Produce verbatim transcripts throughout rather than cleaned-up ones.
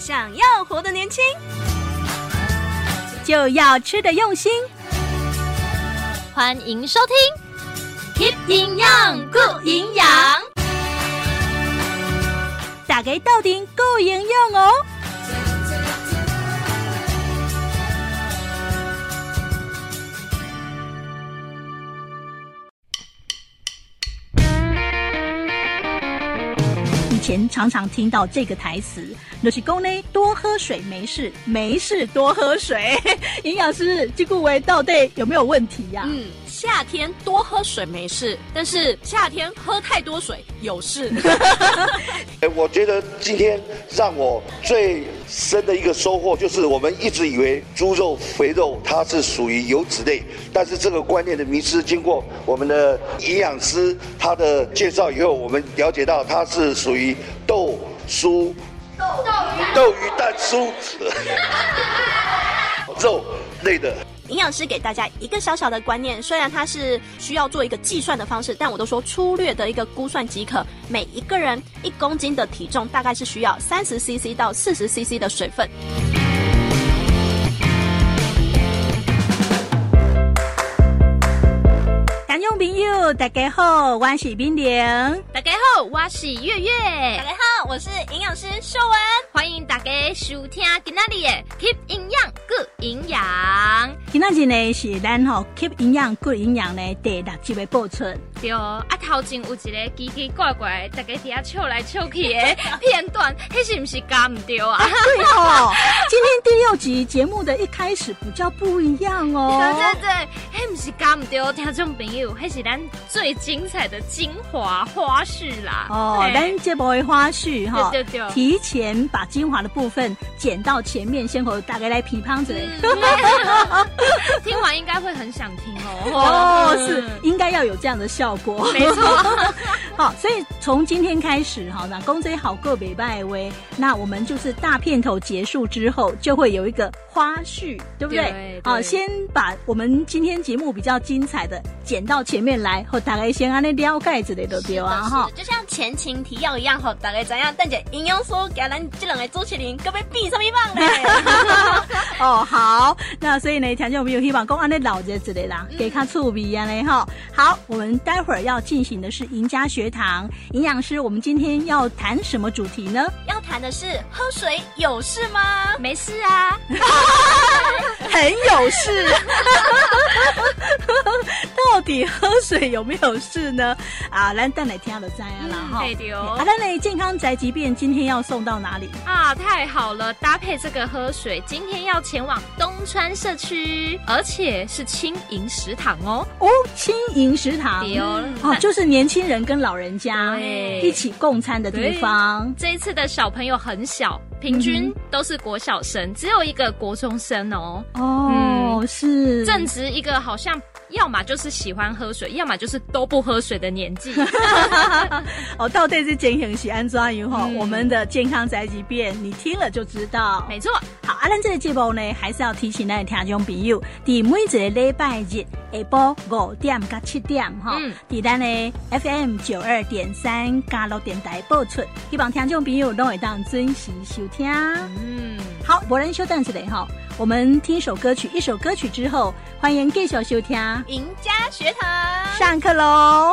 想要活得年轻， 就要吃得用心。 欢迎收听 Keep 营养顾营养， 大家到底够营养哦。以前常常听到这个台词，就是说呢，多喝水没事，没事多喝水。营养师，这句话到底有没有问题呀、啊？ 嗯，夏天多喝水没事，但是夏天喝太多水有事。 我觉得今天让我最深的一个收获，就是我们一直以为猪肉、肥肉它是属于油脂类，但是这个观念的迷失，经过我们的营养师他的介绍以后，我们了解到它是属于豆蔬、豆鱼蛋蔬肉类的。 营养师给大家一个小小的观念，虽然它是需要做一个计算的方式，但我都说粗略的一个估算即可。每一个人一公斤的体重大概是需要三十 C C 到四十 C C 的水分。 观众朋友大家好，我是冰玲。 大家好，我是月月。 大家好，我是营养师秀文。 欢迎大家收听今仔日的 Keep 营养 Good 营养。 今仔日呢是咱吼 Keep 营养 Good 营养呢第六集的播出。 对哦，啊头前有一个奇奇怪怪，大家伫遐笑来笑去的片段，迄是不是加唔对啊？ 对哦，今天第六集节目的一开始比较不一样哦。 对对对，迄不是加唔对，听众朋友，迄是咱最精彩的精华花絮啦。 哦，咱这部的花絮哈， 对对对， 提前把精华的部分剪到前面，先和大家来批判着。 嗯、听完应该会很想听哦。 哦，是应该要有这样的效果， 没错。 好，所以从今天开始，哈，那公这好个北拜威，那我们就是大片头结束之后，就会有一个花絮，对不对？ 对， 好，先把我们今天节目比较精彩的剪到前面来，和大家先按那了解之类的对啊，哈， 就像前情提要一样，吼，大家怎样？但是营养师给咱这两个主持人，可不可以比什么棒呢？ 哦，好，那所以呢，听众朋友希望讲按那老着之类啦，给他趣味啊嘞哈。好，我们待会儿要进行的是赢家学堂，营养师，我们今天要谈什么主题呢？ 要谈的是喝水有事吗？ 没事啊， 很有事。到底喝水有没有事呢？啊，咱等来听就知啊啦哈。 对哦。 啊，咱的健康宅急便今天要送到哪里啊？太好了，搭配这个喝水，今天要前往东川社区，而且是轻盈食堂哦。 哦，轻盈食堂。 对哦。 哦，就是年轻人跟老人家一起共餐的地方。 这一次的小朋友很小，平均都是国小生，嗯、只有一个国中生哦。 哦，嗯、是正值一个好像。要么就是喜欢喝水，要么就是都不喝水的年纪。 哦，到底是健康是安怎样哈？我们的健康宅急便，你听了就知道。 没错。 好，啊，咱这个节目呢，还是要提醒咱的听众朋友，伫每一个礼拜日下晡五点到七点哈，伫咱的 F M 九二点三嘉乐电台播出，希望听众朋友都会当准时收听。嗯，好，无咱稍等一下哈，我们听一首歌曲，一首歌曲之后，欢迎继续收听。 赢家学堂上课喽！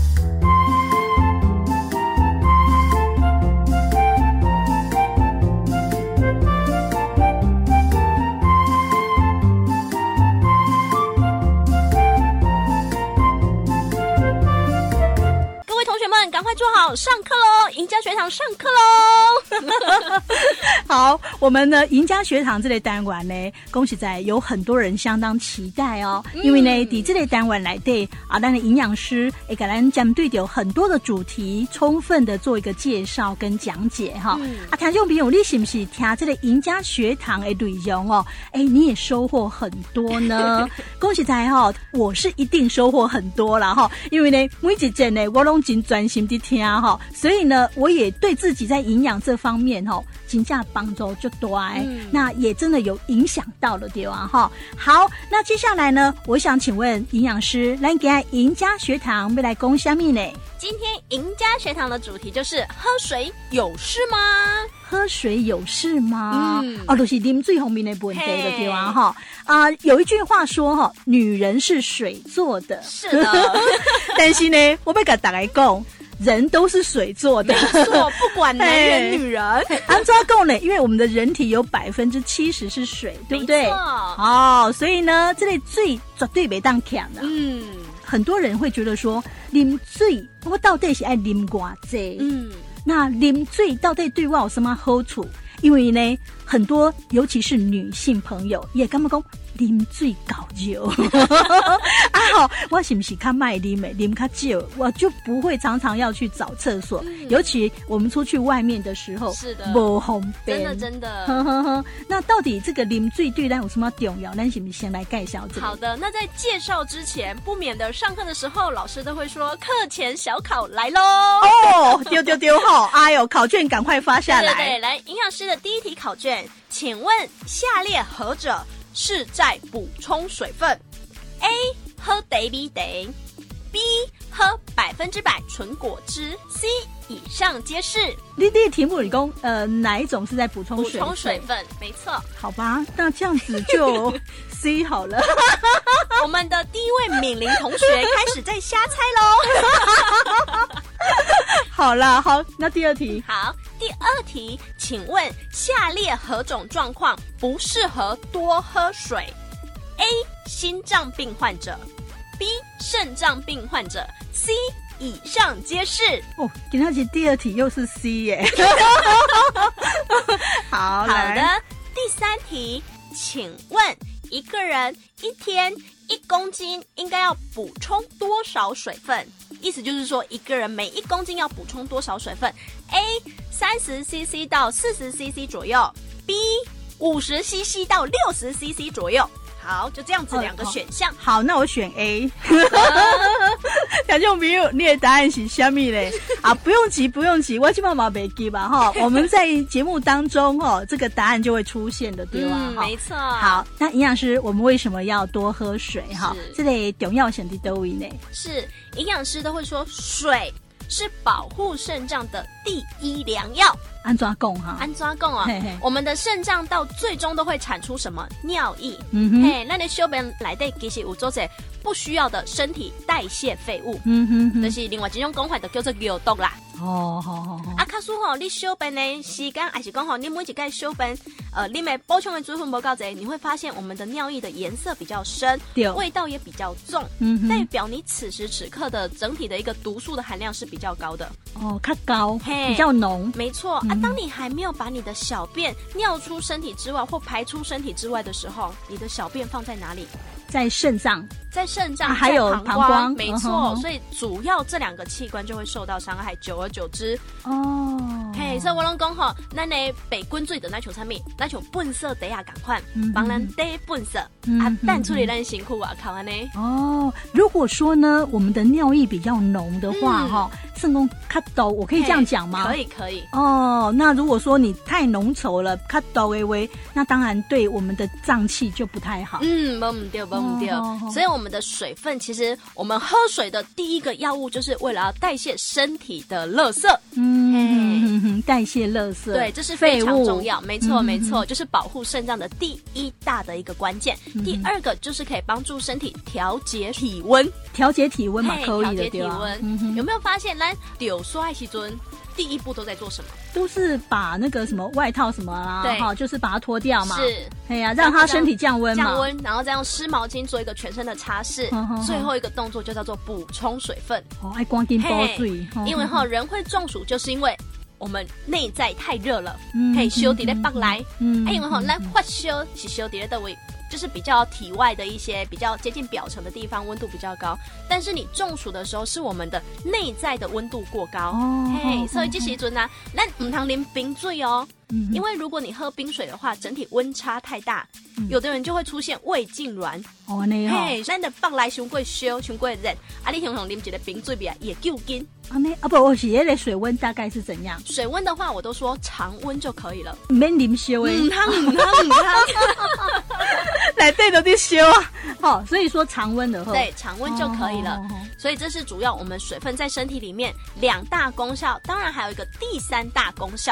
各位同学们，赶快坐好，上课喽！赢家学堂上课喽！ 好，我们的赢家学堂这类单元呢，恭喜在有很多人相当期待哦，嗯、因为呢，伫这类单元来对啊，咱的营养师会给咱针对有很多的主题，充分的做一个介绍跟讲解哈。嗯、啊，听众朋友，你是不是听这个赢家学堂的内容哦？哎，你也收获很多呢。恭喜在哈，我是一定收获很多啦哈，因为呢，每一节呢，我拢真专心的听哈，所以呢，我也对自己在营养这方面哈，真正帮助就大、嗯，那也真的有影响到了对吧哈？好，那接下来呢，我想请问营养师，来给赢家学堂要来讲什么呢？ 今天赢家学堂的主题就是喝水有事吗？ 喝水有事吗？ 嗯哦，就是啉水方面的问题的对吧？哈啊，有一句话说哈，女人是水做的， 是的， 但是呢，我要跟大家讲。人都是水做的， 没错，不管男人女人。 按照讲呢，因为我们的人体有百分之七十是水，对不对？ 没错哦，所以呢，这类水绝对没当强的。 嗯， 很多人会觉得说，啉水我到底是爱啉多少？ 嗯， 那啉水到底对我有什么好处？因为呢，很多尤其是女性朋友也感觉讲啉水搞热啊，好，我是不是较卖啉的啉较少，我就不会常常要去找厕所、嗯、尤其我们出去外面的时候是的不方便， 真的真的呵呵呵。那到底这个啉水对咱有什么重要？咱是不是先来介绍这个？ 好的，那在介绍之前，不免的上课的时候老师都会说课前小考来咯哦，丢丢丢吼，哎呦，考卷赶快发下来。 对对对，来，营养师的第一题考卷，请问下列何者是在补充水分 ？A. 喝茶米茶 B. 喝百分之百纯果汁 C. 以上皆是。 你的题目里讲，呃，哪一种是在补充水分？ 补充水分，没错。 好吧，那这样子就 C 好了。 我们的第一位敏玲同学开始在瞎猜喽。 好啦，好，那第二题。 好，第二题，请问下列何种状况不适合多喝水 ？A. 心脏病患者 B. 肾脏病患者 C. 以上皆是。 哦，今天第二题又是 C 耶。好， 好的，第三题，请问一个人一天一公斤应该要补充多少水分？意思就是说，一个人每一公斤要补充多少水分 ？A. 三十 C C 到四十 C C 左右 ，B. 五十 C C 到六十 C C 左右。好，就这样子两个选项。 好，好，那我选 A。听众朋友，你的答案是什么嘞？啊，不用急，不用急，我基本上没记吧哈。我们在节目当中哈，这个答案就会出现的，对吧？ 嗯，没错。 好，那营养师，我们为什么要多喝水哈？这类重要性在哪里呢？ 是营养师都会说，水是保护肾脏的第一良药。 安怎讲哈？ 安怎讲啊？嘿嘿，我们的肾脏到最终都会产出什么？尿液。 嗯哼， 嘿，那你小便内底其实有做者不需要的身体代谢废物。 嗯哼哼， 就是另外一种讲法，就叫做尿毒啦。 哦，好好好。 啊，假使吼，你小便的时间，还是讲吼，你每一次小便，呃，你们补充的水分不够多，你会发现我们的尿液的颜色比较深，味道也比较重， 嗯哼， 代表你此时此刻的整体的一个毒素的含量是比较高的。 哦，较高，比较浓。 没错、嗯、啊，当你还没有把你的小便尿出身体之外或排出身体之外的时候，你的小便放在哪里？ 在肾脏， 在肾脏、 啊、还有膀胱， 膀胱没错、 嗯， 所以主要这两个器官就会受到伤害，久而久之， 哦， 嘿，所以我拢讲吼，咱的白滚水的那像啥物，那像粪色底下同款，帮咱底粪色啊，淡出来咱辛苦啊，靠安尼。 哦，如果说呢，我们的尿液比较浓的话，哈、嗯，肾功较多，我可以这样讲吗？ 可以，可以。 哦，那如果说你太浓稠了，较多微微，那当然对我们的脏器就不太好。 嗯，不唔对，不唔对。所以我们的水分，其实我们喝水的第一个药物，就是为了要代谢身体的垃圾。 嗯，代谢垃圾， 对，这是非常重要。没错，没错，就是保护肾脏的第一大的一个关键。嗯、第二个就是可以帮助身体调节体温， 调节体温嘛，可以的， 调节体温、嗯。有没有发现，咱丢刷时阵？第一步都在做什么？都是把那个什么外套什么啦，对，哈，就是把它脱掉嘛。 是， 哎呀，让它身体降温嘛。 降温，然后再用湿毛巾做一个全身的擦拭。呵呵呵，最后一个动作就叫做补充水分。 哦，爱赶紧补水。 因为哈，人会中暑，就是因为我们内在太热了，可以烧伫咧北来。嗯，哎，因为哈，咱发烧是烧伫咧倒位。就是比较体外的一些比较接近表层的地方温度比较高，但是你中暑的时候是我们的内在的温度过高，哦，嘿，所以这时阵啊，咱唔通啉冰水哦，嗯，因为如果你喝冰水的话，整体温差太大，嗯、有的人就会出现胃痉挛。 哦，那哦，嘿，咱的北来伤过烧，伤过热，啊，你常常啉一个冰水比啊也救筋。 啊，那啊不，我是那个水温大概是怎样？ 水温的话，我都说常温就可以了， 免啉烧诶， 唔通唔通唔通。 来对着地修啊，好，所以说常温的话， 对，常温就可以了。哦哦哦，所以这是主要我们水分在身体里面两大功效，当然还有一个第三大功效，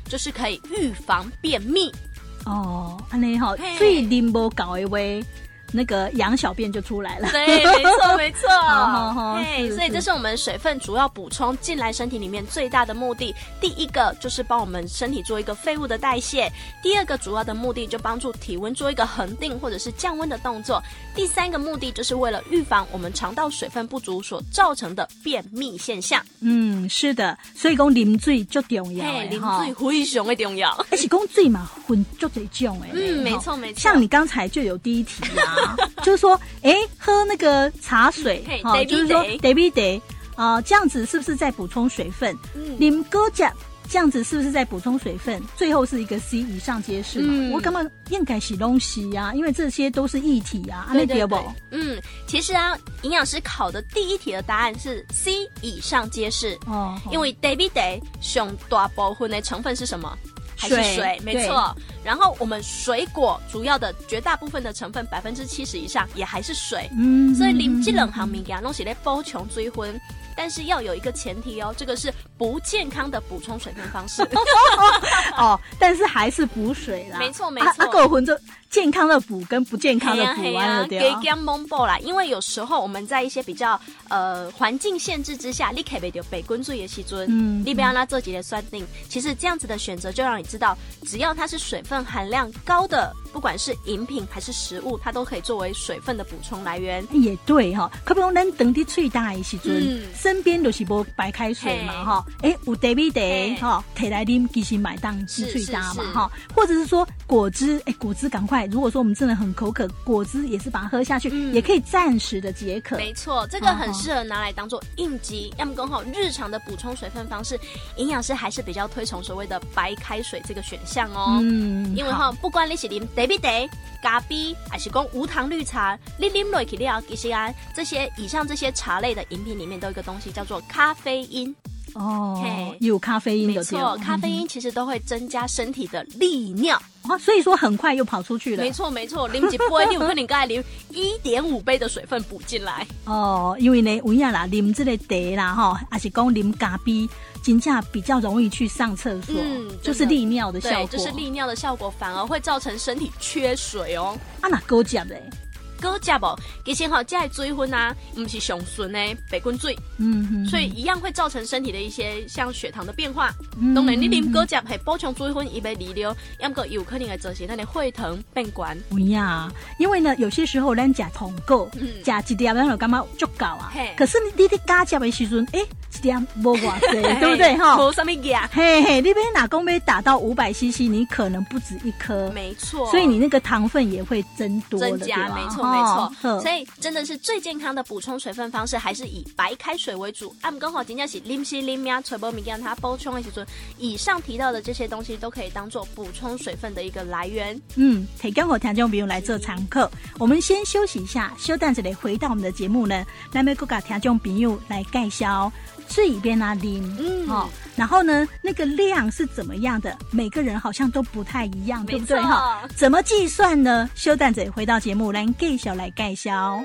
就是可以预防便秘。 哦，安尼吼，水啉不够的话，那个羊小便就出来了。 对，没错没错。 好好嘿，所以这是我们水分主要补充进来身体里面最大的目的。第一个就是帮我们身体做一个废物的代谢，第二个主要的目的就帮助体温做一个恒定或者是降温的动作，第三个目的就是为了预防我们肠道水分不足所造成的便秘现象。 嗯，是的，所以讲啉水最重要的， 啉水非常的重要。 而且讲水嘛，分足多种的。 嗯，没错没错。 像你刚才就有第一题啊，就是说，哎，喝那个茶水， 好、哦， 就是说 ，David Day 啊，这样子是不是在补充水分？啉果汁这样子是不是在补充水分？最后是一个 C 以上皆是嘛？嗯、我干嘛应该洗东西啊？因为这些都是液体啊， 对对对。嗯，其实啊，营养师考的第一题的答案是 C 以上皆是哦，因为 David Day 上大部分的成分是什么？还是水，水没错。然后我们水果主要的绝大部分的成分百分之七十以上也还是水，嗯，所以啉这两行物件拢是在补充水分。但是要有一个前提哦，这个是不健康的补充水分方式哦，但是还是补水啦， 没错没错。 啊，够混着健康的补跟不健康的补完了对啊，给减蒙补啦。因为有时候我们在一些比较呃环境限制之下，你可以到北滚水的时阵，嗯，你不要拿这几的算定。其实这样子的选择就让你知道，只要它是水分含量高的，不管是饮品还是食物，它都可以作为水分的补充来源。 也对哈、哦，可不讲咱等伫喙大的时阵。嗯，身边就是无白开水嘛哈，哎，有 David Day 哈，摕来啉其实买当是最大嘛哈，或者是说果汁，哎，果汁赶快，如果说我们真的很口渴，果汁也是把它喝下去，嗯、也可以暂时的解渴。 没错，这个很适合拿来当做应急，要么刚好日常的补充水分方式，营养师还是比较推崇所谓的白开水这个选项哦。嗯，因为哈，不管你是啉 David Day、咖啡，还是讲无糖绿茶，你啉落去了，其实啊，这些以上这些茶类的饮品里面都有一个东西叫做咖啡因。 哦，有咖啡因的， 没错，咖啡因其实都会增加身体的利尿。 哦，所以说很快又跑出去了。 没错没错，啉一杯你有可能该啉一点五杯的水分补进来。 哦，因为呢，有影啦，啉这个茶啦哈，还是讲啉咖啡，真正比较容易去上厕所，嗯，就是利尿的效果。 对，就是利尿的效果，反而会造成身体缺水哦。 啊，那果汁嘞？ 果汁不，其实吼，这水分啊，不是上纯的白滚水，嗯哼，所以一样会造成身体的一些像血糖的变化。嗯、当然，你啉果汁系补充水分，伊要利尿，要么有可能会造成咱的血糖变高。 有呀，因为呢，有些时候咱食糖果，食、嗯、一粒咱就感觉足够啊。可是你你加汁的时阵，哎、欸，一粒无偌济，对不对哈？ 无什么加。 嘿嘿，你边哪公杯打到五百 C C， 你可能不止一颗。 没错。 所以你那个糖分也会增多了， 增加，没错。没错，所以真的是最健康的补充水分方式，还是以白开水为主。啊，刚好今天是啉西啉呀，吹波米给它补充的时阵，以上提到的这些东西都可以当做补充水分的一个来源。 嗯，提供给听众朋友来做参考。我们先休息一下，休蛋子来回到我们的节目呢，来每个听众朋友来介绍水边啊啉，嗯，好、哦，然后呢，那个量是怎么样的？每个人好像都不太一样，对不对哈？怎么计算呢？休蛋子回到节目来介绍来介绍。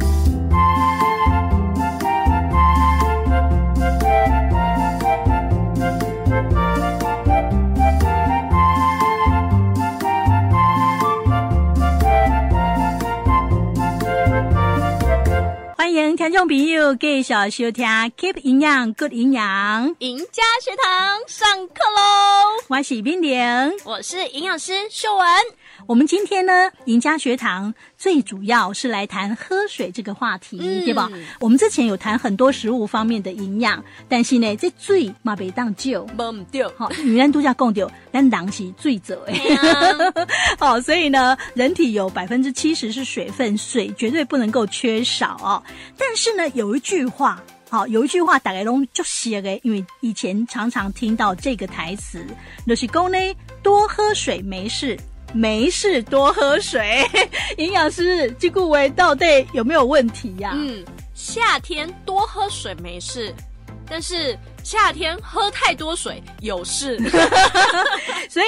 欢迎听众朋友继续收听 Keep 营养 Good 营养赢家学堂上课喽！ 我是冰玲， 我是营养师秀文。 我们今天呢，赢家学堂最主要是来谈喝水这个话题，嗯、对吧？我们之前有谈很多食物方面的营养，但是呢，这水嘛袂当少， 无唔对， 好，女人都叫讲到，咱人是水做诶，好，所以呢，人体有百分之七十是水分，水绝对不能够缺少哦。但是呢，有一句话。好，有一句话大概拢就写的，因为以前常常听到这个台词，就是讲呢，多喝水没事，没事多喝水。营养师，这句话到底有没有问题呀、啊？ 嗯，夏天多喝水没事，但是夏天喝太多水有事。 所以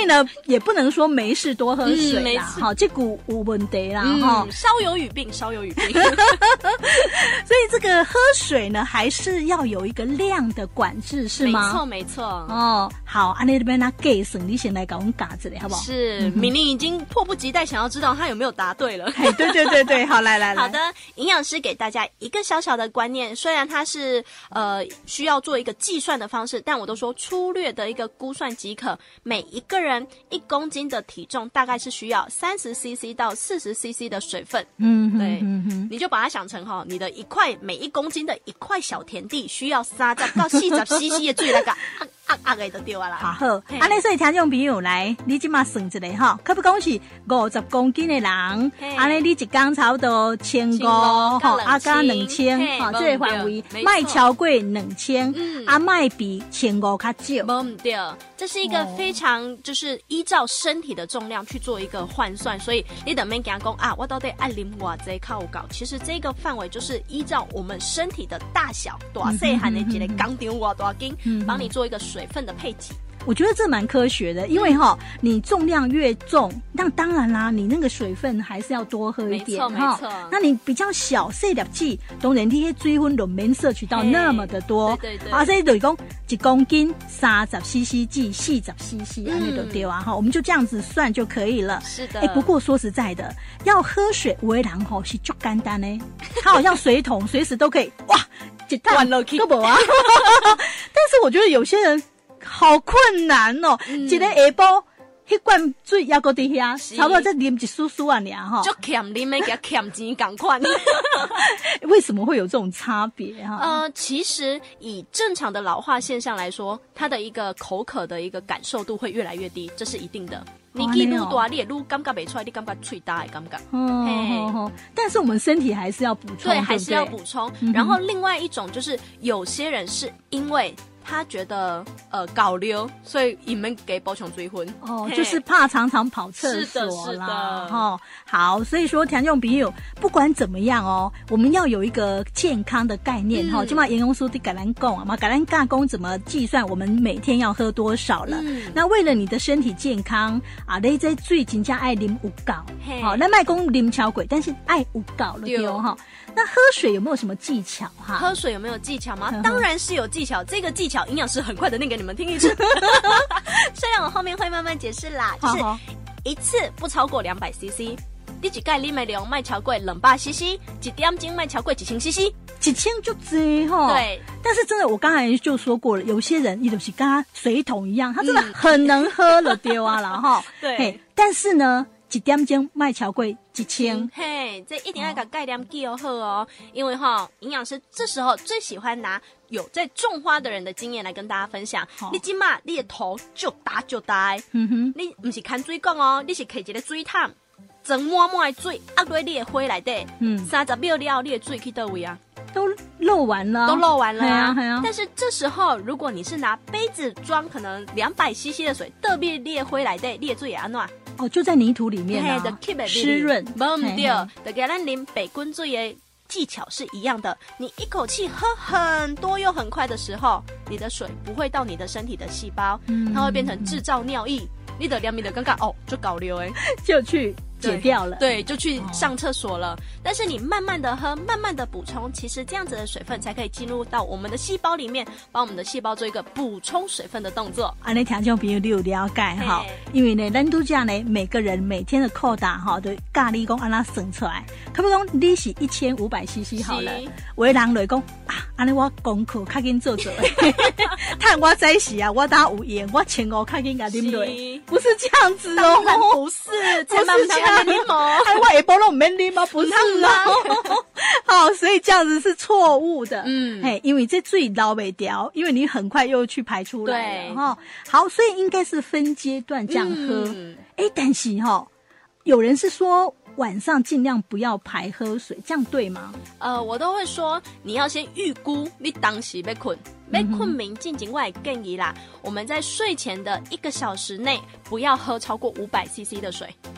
呢，也不能说没事多喝水嗯、 啦，好、嗯，这股有问题啦，哈、 嗯，稍有语病，稍有语病。 所以这个喝水呢，还是要有一个量的管制，是吗？ 没错，没错。 哦，好，安那边那给省，你先来搞我们嘎子嘞，好不好？ 是，敏玲已经迫不及待想要知道他有没有答对了。 哎，对对对对，好，来来来， 好的，营养师给大家一个小小的观念，虽然它是呃需要做一个计算的方式，但我都说粗略的一个估算即可。每一个人一公斤的体重大概是需要三十 C C 到四十 C C 的水分。 嗯， 对， 嗯嗯， 你就把它想成哈，你的一块每一公斤的一块小田地需要三十到四十 C C 的水那个啊啊啊个就对啊啦。 好，好，安尼所以听众朋友来，你即马算一下哈，可不讲是五十公斤的人，安尼你一天差不多千五吼，啊加两千，吼，这个范围卖超过两千，啊卖比千五较少。 没唔对，这是一个非常就是依照身体的重量去做一个换算，所以你等面给他讲啊，我到底爱啉偌济靠高？其实这个范围就是依照我们身体的大小、大细汉的一个钢条偌大斤，帮你做一个水分的配给。 我觉得这蛮科学的，因为哈、哦，你重量越重，那当然啦，你那个水分还是要多喝一点哈。没错， 那你比较小细粒剂，当然你些水分就免摄取到那么的多。 对对对。 啊，所以就是讲一公斤三十 C C 剂，四十 C C 啊，那就对啊哈，我们就这样子算就可以了。 是的。 哎，不过说实在的，要喝水，有的人吼是足简单呢，它好像水桶，随时都可以哇，一灌落去， 都无啊。但是我觉得有些人。好困难哦！嗯、一个下晡，迄罐水还搁伫遐，差不多再啉一丝丝啊，尔哈。 就欠啉的，给他欠钱赶快。 为什么会有这种差别哈？ 呃，其实以正常的老化现象来说，它的一个口渴的一个感受度会越来越低，这是一定的。你记愈大，你也愈感觉不出来，你感觉嘴大的感觉。 哦哦哦！但是我们身体还是要补充， 对，还是要补充。嗯、然后另外一种就是有些人是因为。他觉得呃搞溜，所以你们给补充水分哦，就是怕常常跑厕所啦。 是的，是的， 哦，好，所以说听众朋友，不管怎么样哦，我们要有一个健康的概念哈。就嘛营养师的橄榄讲啊嘛，橄榄尬工怎么计算我们每天要喝多少了？嗯、那为了你的身体健康啊，你这水真正爱啉有够，好，那卖讲啉超过，但是爱有够了对哈。那喝水有没有什么技巧哈？ 喝水有没有技巧吗？当然是有技巧，这个技巧营养师很快的念给你们听一次。虽然我后面会慢慢解释啦，就是一次不超过两百 C C， 你一盖啉的量卖超过两百 C C， 一点钟卖超过一千 C C， 一千就多哈。对，但是真的我刚才就说过了，有些人也就是跟他水桶一样，他真的很能喝了丢啊了哈。对，但是呢。一点钟卖超过一千， 嘿，这一定要把概念记好哦，因为哈，营养师这时候最喜欢拿有在种花的人的经验来跟大家分享。你今嘛，你的头就大就大，嗯哼，你不是看水讲哦，你是摕一个水桶，装满满的水，压在你的花内底，嗯，三十秒了，你的水去倒位啊？ 都漏完了， 都漏完了啊！ 啊啊但是这时候，如果你是拿杯子装可能两百 C C 的水，倒入你的花内底，你的水也安怎？ 哦，就在泥土里面啊，湿润， 没对，就跟咱啉白滚水的技巧是一样的。你一口气喝很多又很快的时候，你的水不会到你的身体的细胞，嗯、它会变成制造尿液。你的两米的尴尬哦，就搞流哎， 就去解掉了， 对，就去上厕所了。哦、但是你慢慢的喝，慢慢的补充，其实这样子的水分才可以进入到我们的细胞里面，帮我们的细胞做一个补充水分的动作。 啊，你听众朋友你有了解哈？因为呢，咱都这样呢，每个人每天的扣打哈，都咖喱公安那算出来。可不讲你是一千五百 C C 好了，有的人来讲啊，安尼我功课较紧做做，看我在时啊，我打有盐，我千五较紧甲啉落。不是这样子哦， 不是，不是这样子哦，哎，我下晡都没啉吗？不是哦，好，所以这样子是错误的，嗯，嘿，因为这水捞不掉，因为你很快又去排出来了哈。好，所以应该是分阶段这样喝，哎、嗯，但是哈，有人是说晚上尽量不要排喝水，这样对吗？ 呃，我都会说你要先预估你当时要困。被困眠进行外建议啦，我们在睡前的一个小时内不要喝超过五百 C C 的水。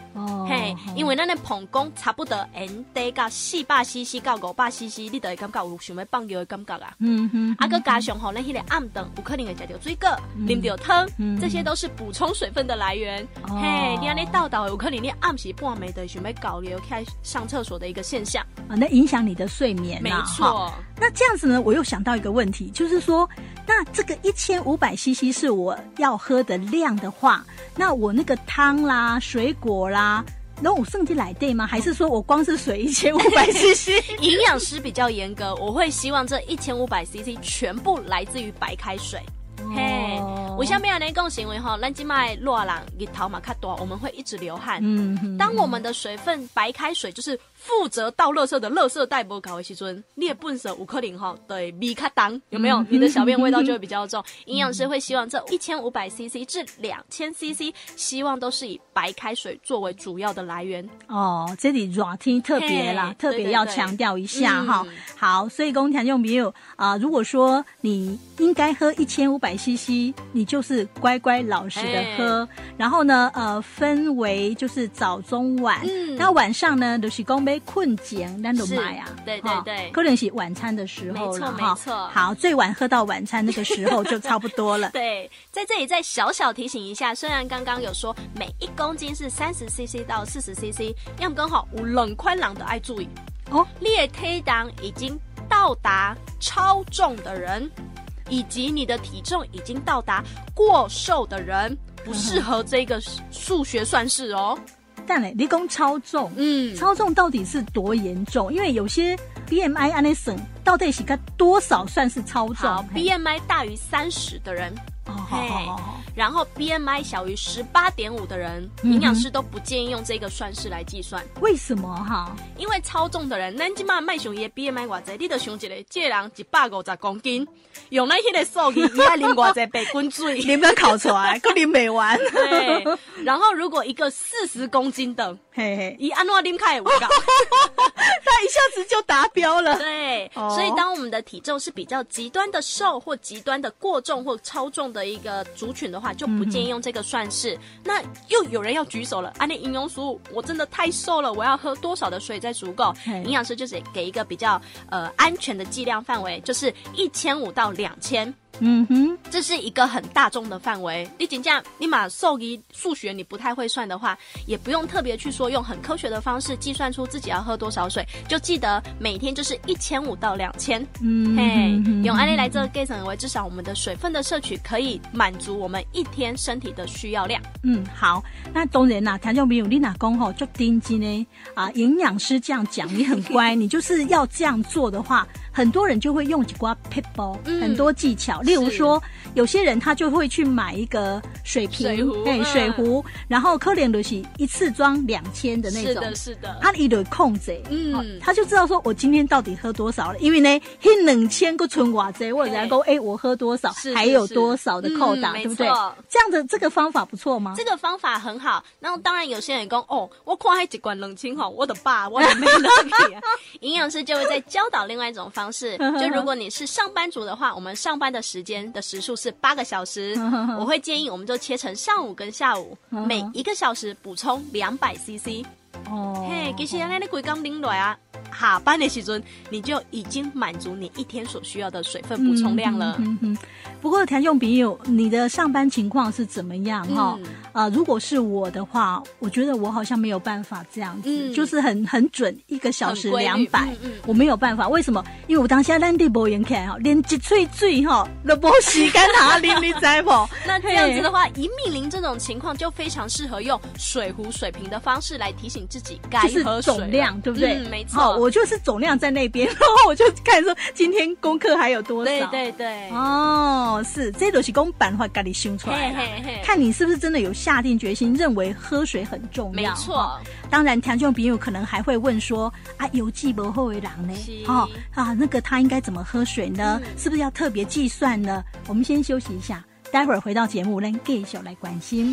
哦， 嘿，因为咱的膀胱差不多 N 得到四百 C C 到五百 C C， 你就会感觉有想要放尿的感觉啊。 嗯哼， 啊，佮加上吼，咱迄个暗顿有可能会食到水果、啉到汤，这些都是补充水分的来源。 哦、 嘿，你安尼倒倒，有可能你暗时半暝就想要搞流开上厕所的一个现象啊，那影响你的睡眠、啊。 没错。 那这样子呢，我又想到一个问题，就是说，那这个一千五百 C C 是我要喝的量的话，那我那个汤啦、水果啦，那我剩进来对吗？还是说我光是水一千五百 C C？ 营养师比较严格，我会希望这一千五百 C C 全部来自于白开水。嘿，为什么要那讲？是因为哈，咱今麦热人日头嘛较大，我们会一直流汗。嗯，嗯当我们的水分白开水就是负责倒垃圾的垃圾袋不搞的时阵，你的粪色有可能哈对味较重，有没有？你的小便味道就会比较重。营养师会希望这一千五百 C C 至两千 C C， 希望都是以白开水作为主要的来源。 哦，这里热天特别啦，特别要强调一下哈、嗯。好，所以讲听众朋友啊、呃，如果说你应该喝一千五百 C C， 你就是乖乖老实的喝，然后呢，呃，分为就是早中晚，嗯，那晚上呢，就是讲要困醒，咱就买啊， 对对对， 可能是晚餐的时候了， 没错没错。 好，最晚喝到晚餐那个时候就差不多了。 对，在这里再小小提醒一下，虽然刚刚有说每一公斤是三十 C C 到四十 C C， 要么刚好有冷宽朗的爱注意哦，你的体重已经到达超重的人。以及你的体重已经到达过瘦的人，不适合这个数学算式哦。 但嘞，你讲超重，嗯，超重到底是多严重？因为有些 B M I 按那算，到底是个多少算是超重？ 好 ，B M I 大于三十的人。哦，好好好好。然后 B M I 小于十八点五的人，营、嗯、养师都不建议用这个算式来计算。 为什么哈？ 因为超重的人，咱今嘛卖想伊的 B M I 偌济，你就想一个，这个人一百五十公斤，用咱迄个数据，伊爱啉偌济白滚水， 啉不烤出来，够啉没完。 对。然后如果一个四十公斤的，嘿嘿，伊安怎啉开有够， 他一下子就达标了。 对、哦，所以当我们的体重是比较极端的瘦或极端的过重或超重的一个族群的话，就不建议用这个算式。嗯、那又有人要举手了，啊，那营养师，我真的太瘦了，我要喝多少的水才足够？营养师就是给一个比较呃安全的剂量范围，就是一千五到两千。嗯哼，这是一个很大众的范围。你真正你把数理数学你不太会算的话，也不用特别去说用很科学的方式计算出自己要喝多少水，就记得每天就是一千五到两千。嗯，嘿，用安利来这个计算为，至少我们的水分的摄取可以满足我们一天身体的需要量。 嗯，好，那当然啦，听众朋友，你哪讲吼就定金呢啊，营养师这样讲，你很乖，你就是要这样做的话。很多人就会用几挂撇包，嗯，很多技巧。例如说，有些人他就会去买一个水瓶， 水壶， 对，水壶，然后可能就是一次装两千的那种， 是的，是的。 他一直控制，嗯、哦，他就知道说我今天到底喝多少了，因为呢，那两千个存瓦贼，或者然后哎，我喝多少，还有多少的扣打，嗯、对不对？这样的这个方法不错吗？ 这个方法很好。那当然，有些人讲哦，我看那一罐冷清吼，我的爸，我的没能力啊。营养师就会再教导另外一种方式。就如果你是上班族的话，我们上班的时间的时数是八个小时，我会建议我们就切成上午跟下午，每一个小时补充两百 C C。哦，嘿，其实安尼你规工拎落啊，下班的时阵你就已经满足你一天所需要的水分补充量了。嗯嗯嗯、不过听众朋友，你的上班情况是怎么样哈？嗯、呃，如果是我的话，我觉得我好像没有办法这样子，嗯、就是很很准，一个小时两百、嗯嗯，我没有办法。为什么？因为我当下咱地无闲看哈，连一喙水哈都无时间下啉，你知不？ 那这样子的话，以敏玲这种情况就非常适合用水壶、水瓶的方式来提醒自己该喝水， 就是总量，对不对？ 嗯，没错。 我就是总量在那边，然后我就看说今天功课还有多少。 对对对。 哦，是，这都是公办法给你想出来的，看你是不是真的有下定决心，认为喝水很重要。 没错。 当然，听众朋友可能还会问说啊，有记不好的人呢？哦啊，那个他应该怎么喝水呢？嗯、是不是要特别计算呢？我们先休息一下，待会儿回到节目，咱继续来关心。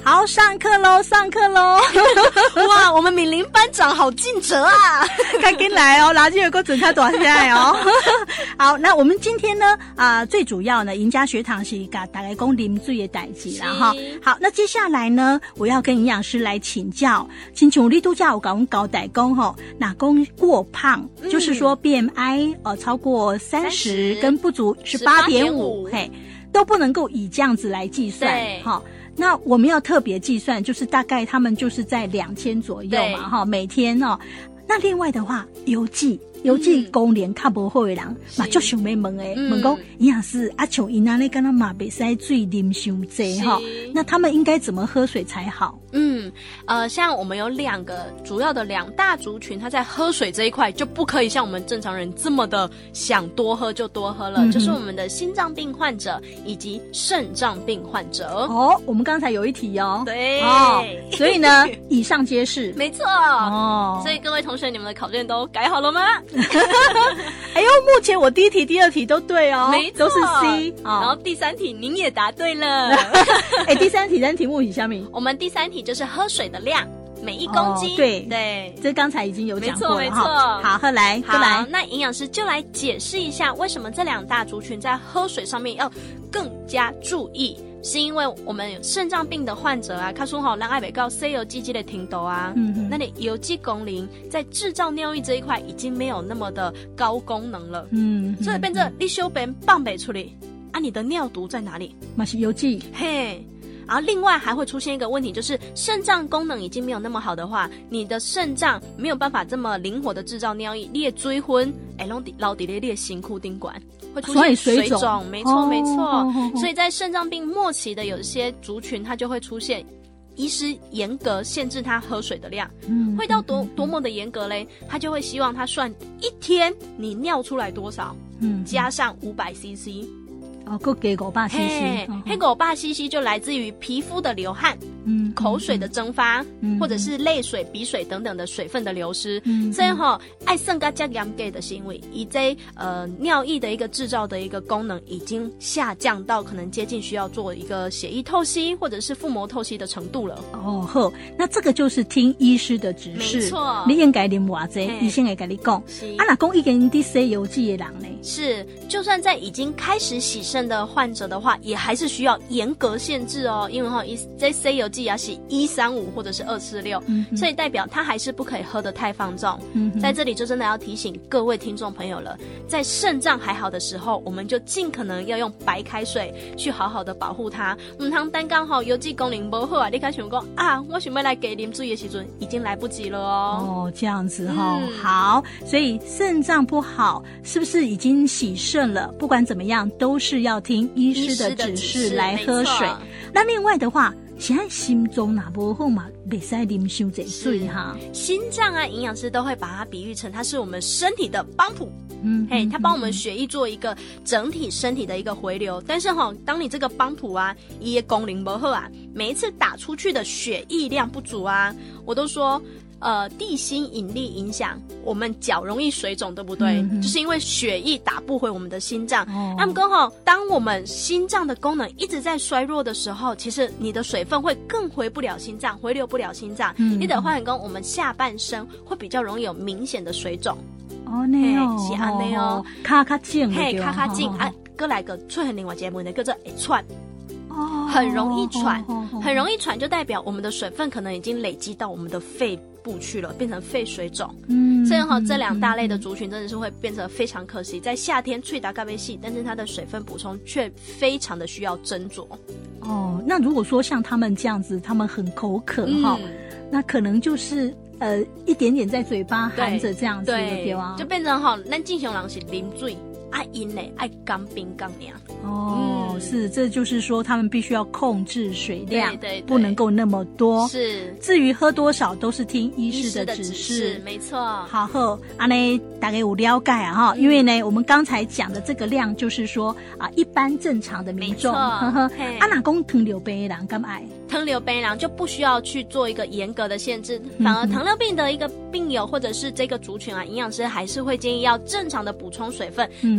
好，上课喽，上课喽！ 哇，我们敏玲班长好尽责啊！ 赶紧来哦，垃圾有个准他多下哦。好，那我们今天呢，啊、呃，最主要呢，赢家学堂是甲大家讲啉水的代志啦哈。好，那接下来呢，我要跟营养师来请教，亲像你拄则有讲交代讲吼，那讲过胖、嗯，就是说 B M I 呃超过三十跟不足十八点五，嘿，都不能够以这样子来计算，哈。那我们要特别计算，就是大概他们就是在两千左右嘛，哈，每天哦。那另外的话，邮寄。邮寄公连较无好的人，嘛足想要问诶，问讲营养师啊，像因安尼敢若嘛袂使水啉伤济哈，那他们应该怎么喝水才好？ 嗯，呃，像我们有两个主要的两大族群，它在喝水这一块就不可以像我们正常人这么的想多喝就多喝了，嗯、就是我们的心脏病患者以及肾脏病患者。 哦，我们刚才有一题哦， 对， 哦，所以呢，以上皆是， 没错。哦，所以各位同学，你们的考卷都改好了吗？ 哎呦，目前我第一题、第二题都对哦， 没错， 都是 C，、哦、 然后第三题您也答对了。 哎，第三题，咱题目是什么？ 我们第三题就是喝水的量，每一公斤。哦、 对对， 这刚才已经有讲过了， 没错没错。 好，喝来，喝来。 那营养师就来解释一下，为什么这两大族群在喝水上面要更加注意。是因为我们肾脏病的患者啊，他说吼，咱爱袂到西游记记的停头啊，嗯，那你邮寄功能在制造尿液这一块已经没有那么的高功能了，嗯，所以变成你小便放不出来，啊，你的尿毒在哪里？ 嘛是邮寄， 嘿。然后另外还会出现一个问题，就是肾脏功能已经没有那么好的话，你的肾脏没有办法这么灵活的制造尿液，你的水分哎，老底老底的你的辛苦顶管会出现水肿， 水没错、哦、没错、 哦哦哦。 所以在肾脏病末期的有一些族群，它就会出现医师严格限制他喝水的量，嗯，会到多多么的严格嘞？他就会希望他算一天你尿出来多少，嗯，加上五百 C C。 哦，够给五百 C C， 嘿，五百 C C 就来自于皮肤的流汗，嗯，口水的蒸发，嗯，或者是泪水、鼻水等等的水分的流失，嗯，所以哈、哦，爱肾加加严格的行为，以这呃尿液的一个制造的一个功能已经下降到可能接近需要做一个血液透析或者是腹膜透析的程度了。 哦，好，那这个就是听医师的指示， 没错， 你应该啉偌济，医生会跟你讲。啊，那讲已经伫洗邮寄的人呢？ 是，就算在已经开始洗肾的患者的话，也还是需要严格限制哦，因为哈、哦，这 C 油剂啊是一三五或者是二四六，所以代表它还是不可以喝得太放纵。嗯、在这里就真的要提醒各位听众朋友了，在肾脏还好的时候，我们就尽可能要用白开水去好好的保护它。唔通单刚好油剂功能不好啊，你开始讲啊，我想要来给啉水的时阵，已经来不及了哦。 哦，这样子哈、哦嗯，好，所以肾脏不好，是不是已经洗肾了？不管怎么样，都是要听医师的指示来喝水。那另外的话，现在心脏哪不好嘛，袂使啉伤济水哈。 心脏啊，营养师都会把它比喻成它是我们身体的帮浦。嗯，嘿，它帮我们血液做一个整体身体的一个回流。但是哈、哦，当你这个帮浦啊，伊的功能不好啊，每一次打出去的血液量不足啊，我都说。呃，地心引力影响我们脚容易水肿，对不对？嗯、就是因为血液打不回我们的心脏。那么刚好，当我们心脏的功能一直在衰弱的时候，其实你的水分会更回不了心脏，回流不了心脏。嗯、你得换成讲，我们下半身会比较容易有明显的水肿。 哦，那哦， 是安内哦， 卡卡紧， 嘿，卡卡紧啊，过来个出现另外一个问题叫做会喘。哦，很容易喘，很容易喘，就代表我们的水分可能已经累积到我们的肺部去了，变成肺水肿。嗯，所以哈，这两大类的族群真的是会变成非常可惜，在夏天吹打盖杯细，但是它的水分补充却非常的需要斟酌。 哦，那如果说像他们这样子，他们很口渴哈、嗯，那可能就是呃一点点在嘴巴含着这样子，对对啊， 就变成哈，咱正常人是啉水。爱饮嘞，爱干冰干凉。 哦、嗯，是，这就是说他们必须要控制水量， 对对对， 不能够那么多。 是， 至于喝多少，都是听医师的指示。 指示没错。 好后，安呢大概有了解啊哈、嗯，因为呢，我们刚才讲的这个量，就是说啊，一般正常的民众，呵呵，啊哪讲糖尿病的人敢爱？ 糖尿病人就不需要去做一个严格的限制，反而糖尿病的一个病友或者是这个族群啊，营养师还是会建议要正常的补充水分。嗯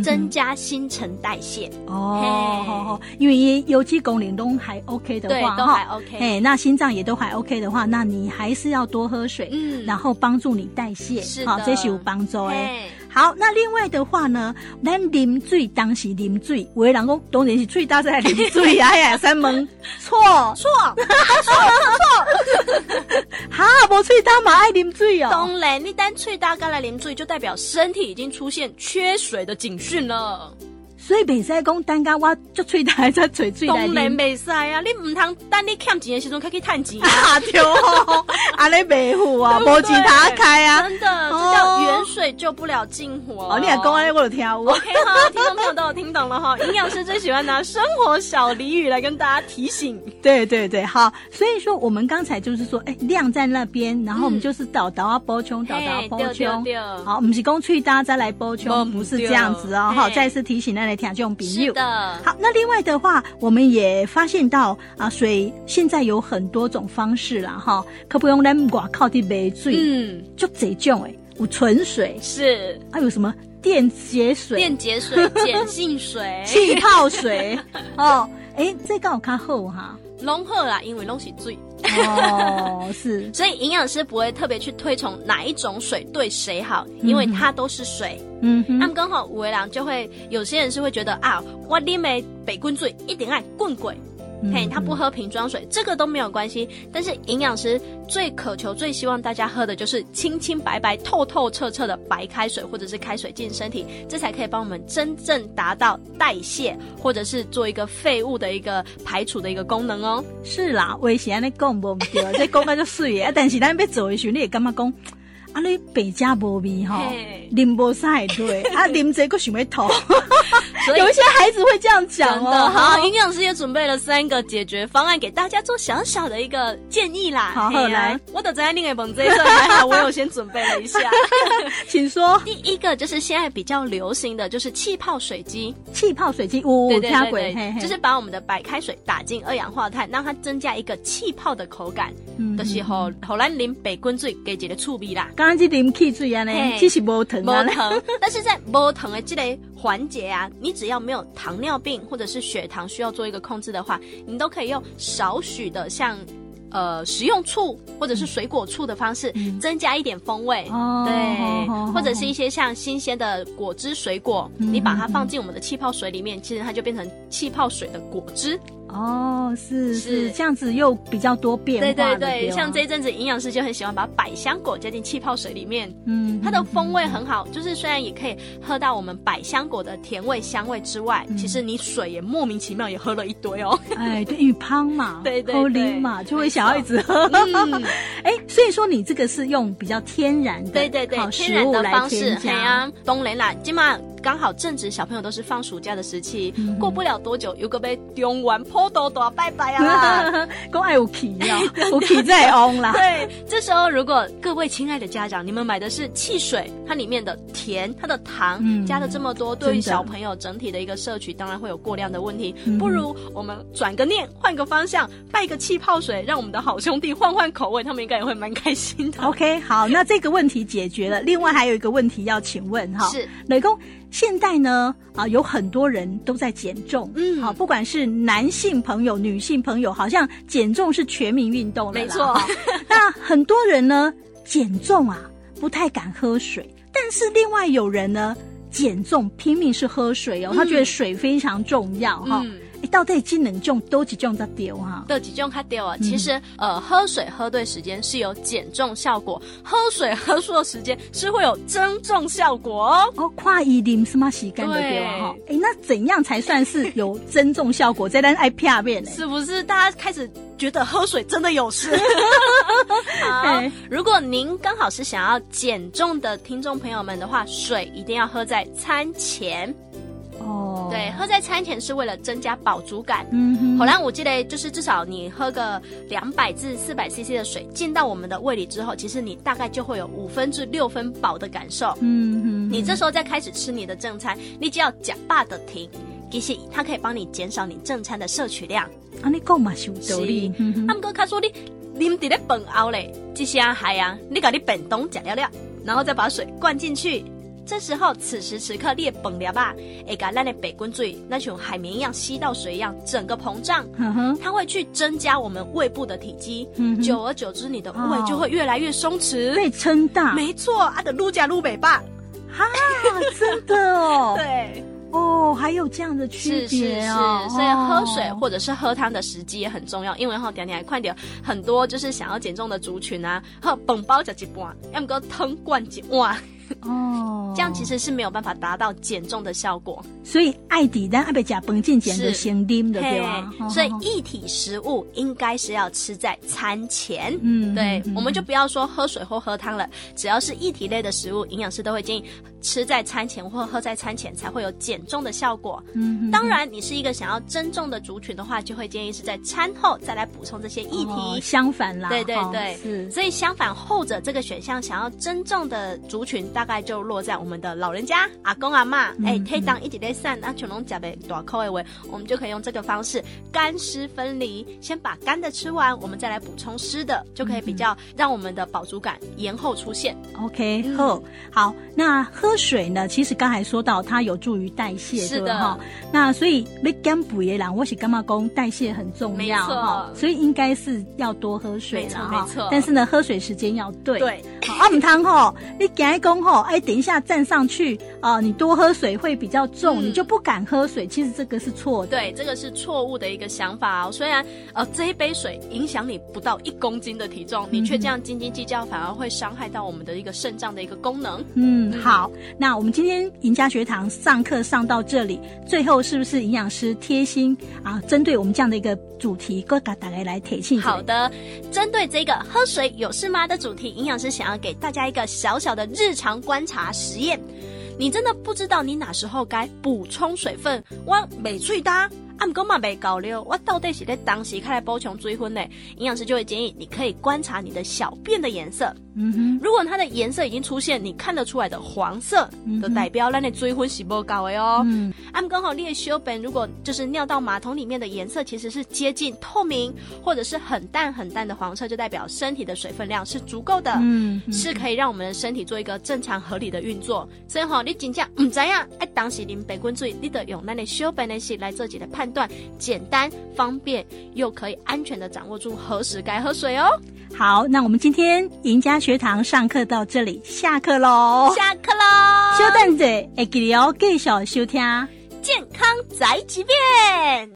增加新陈代谢。 哦，好好，因为有机功能都还 OK 的话， 对，都还 OK。 哎，那心脏也都还 OK 的话，那你还是要多喝水，嗯，然后帮助你代谢， 是的， 好，这是有帮助哎。好，那另外的话呢，咱啉水当时啉水，有的人讲当然是嘴大在啉水啊，呀，三问错错错错，哈，无嘴大嘛爱啉水哦。 当然，你单嘴大干来啉水，就代表身体已经出现缺水的警讯了。 所以袂使讲单家我就嘴大再嘴水来啉， 当然袂使啊！你唔通等你欠钱的时阵，开去趁钱啊！对哦，安尼袂好啊，无钱打开啊！ 真的，这叫远水救不了近火。 哦，你还讲安尼，我就听有。 OK 哈，听众朋友都有听懂了哈。营养师最喜欢拿生活小俚语来跟大家提醒。 对对对，好。所以说我们刚才就是说，哎，量在那边，然后我们就是倒倒啊补充，倒倒啊补充。好，不是讲嘴大再来补充，不是这样子哦。好，再次提醒大家。听众朋友， 是的。 好，那另外的话，我们也发现到啊，水现在有很多种方式啦，哈，可不用咱外靠的买水，嗯，就这种诶，有纯水， 是， 还有什么电解水、 电解水、碱性水、 气泡水，哦，诶，这个有较好哈。 拢好啦，因为拢是水。 哦，是， 所以营养师不会特别去推崇哪一种水对谁好，因为它都是水。嗯哼，那么刚好有的人就会，有些人是会觉得啊，我啉的白滚水一定爱滚滚。嘿，他不喝瓶装水，这个都没有关系。但是营养师最渴求、最希望大家喝的就是清清白白、透透彻彻的白开水，或者是开水进身体，这才可以帮我们真正达到代谢，或者是做一个废物的一个排除的一个功能哦。 是啦，我是安尼讲无对，这讲到就水的，但是咱要做的时候，你会感觉讲。啊，你白加无味哈，啉无啥会对，啊啉这个想要吐，有一些孩子会这样讲哦。 好，营养师也准备了三个解决方案给大家做小小的一个建议啦。 好，好来， 我的在另外本这一段还好，我有先准备了一下， 请说。 第一个就是现在比较流行的就是气泡水机， 气泡水机，哦， 对对对对，嘿嘿就是把我们的白开水打进二氧化碳，让它增加一个气泡的口感，嗯，就是后后咱啉白滚水给一个趣味啦。 刚刚这啉汽水啊呢，其实无糖啊， 无糖。但是在无糖的这类环节啊，你只要没有糖尿病或者是血糖需要做一个控制的话，你都可以用少许的像呃食用醋或者是水果醋的方式，嗯、增加一点风味。哦，对，哦、或者是一些像新鲜的果汁水果，嗯、你把它放进我们的气泡水里面，其实它就变成气泡水的果汁。 哦，是 是, 是这样子又比较多变化的。 对对对，像这一阵子营养师就很喜欢把百香果加进气泡水里面，嗯，它的风味很好，就是虽然也可以喝到我们百香果的甜味香味之外，嗯、其实你水也莫名其妙也喝了一堆哦。 哎，对，因为胖嘛， 对对对嘛，就会想要一直喝。嗯，哎，所以说你这个是用比较天然的， 对对对，天然的方式，嘿啊，当然啦，今嘛刚好正值小朋友都是放暑假的时期，嗯、过不了多久，有个被中完坡多多拜拜啊！ 讲爱有气啊，有气再翁啦。 对，这时候如果各位亲爱的家长，你们买的是汽水，它里面的甜、它的糖、嗯、加了这么多，对于小朋友整体的一个摄取，当然会有过量的问题。嗯、不如我们转个念，换个方向，拜个气泡水，让我们的好兄弟换换口味，他们应该也会蛮开心的。 OK， 好，那这个问题解决了。另外还有一个问题要请问哈， 是雷公。现在呢，啊，有很多人都在减重，嗯，好，不管是男性朋友、女性朋友，好像减重是全民运动了啦， 没错。 那很多人呢，减重啊，不太敢喝水，但是另外有人呢，减重拼命是喝水哦，嗯、他觉得水非常重要哈。嗯欸、到底这两种都几种在丢哈？ 都几种较丢啊？其实、嗯、呃，喝水喝对时间是有减重效果，喝水喝错时间是会有增重效果哦。 哦，看伊啉什么时间就对了哈。哎，那怎样才算是有增重效果？在咱爱片面呢？ 是不是大家开始觉得喝水真的有事？好，如果您刚好是想要减重的听众朋友们的话，水一定要喝在餐前。哦，对，喝在餐前是为了增加饱足感。嗯哼，好啦，我记得就是至少你喝个两百至四百 C C 的水进到我们的胃里之后，其实你大概就会有五分至六分饱的感受。嗯哼，你这时候再开始吃你的正餐，你只要吃饱就停，其实它可以帮你减少你正餐的摄取量。 啊，你讲嘛是有道理。 他们哥他说你啉在咧饭后嘞，这些还啊，你把你便当吃了了，然后再把水灌进去。 这时候此时此刻你的饭粒啊会把咱的白滚水那像海绵一样吸到水一样整个膨胀， 嗯、 它会去增加我们胃部的体积， 嗯、 久而久之你的胃就会越来越松弛， 被撑大。 没错，啊的愈加愈美吧。 哈，真的哦。 对。 哦，还有这样的区别哦， 是是是，所以喝水或者是喝汤的时机也很重要，因为哈，点点快点，很多就是想要减重的族群啊，喝饭包吃一半，要么个汤灌一碗。哦，这样其实是没有办法达到减重的效果， 所以爱底但爱被加饭进减的先啉的对吧？ 所以液体食物应该是要吃在餐前， 嗯， 对， 嗯、 我们就不要说喝水或喝汤了，只要是液体类的食物，营养师都会建议吃在餐前或喝在餐前才会有减重的效果。嗯，当然你是一个想要增重的族群的话，就会建议是在餐后再来补充这些液体。 哦、相反啦， 对对对， 是。 所以相反后者这个选项，想要增重的族群大概就落在我们的老人家、阿公阿嬷，哎、嗯，可以当一直在散，那全拢吃的大口的话，我们就可以用这个方式干湿分离，先把干的吃完，我们再来补充湿的，就可以比较让我们的饱足感延后出现。 OK， 好，好，那喝水呢？其实刚才说到它有助于代谢， 是的哈。 那所以要减肥的人，我是干嘛讲代谢很重要哈，所以应该是要多喝水啦哈。 没错， 但是呢，喝水时间要对。 对， 好，啊唔通吼，你讲一讲吼，哎，等一下站上去啊、呃，你多喝水会比较重、嗯，你就不敢喝水。其实这个是错的。 对，这个是错误的一个想法哦。虽然呃这一杯水影响你不到一公斤的体重，你却这样斤斤计较，反而会伤害到我们的一个肾脏的一个功能。 嗯，好，那我们今天赢家学堂上课上到这里，最后是不是营养师贴心啊？针对我们这样的一个主题，各大家来提醒。 好的，针对这个喝水有事吗的主题，营养师想要给大家一个小小的日常观察实验。你真的不知道你哪时候该补充水分，我没嘴搭。啊，不过嘛没搞了，我到底是在当时开来补充水分呢？营养师就会建议你可以观察你的小便的颜色。嗯哼，如果它的颜色已经出现你看得出来的黄色，嗯、就代表咱的水分是不够的哦。嗯，啊，刚好你的小便如果就是尿到马桶里面的颜色其实是接近透明或者是很淡很淡的黄色，就代表身体的水分量是足够的，嗯，是可以让我们的身体做一个正常合理的运作。所以哈、哦，你真正唔知呀，哎，当时啉白滚水，你得用咱的小便的时来做一个判断，简单方便又可以安全的掌握住何时该喝水哦。 好，那我们今天赢家学堂上课到这里，下课喽！ 下课喽！ 稍等者，会记得要继续收听健康宅急便。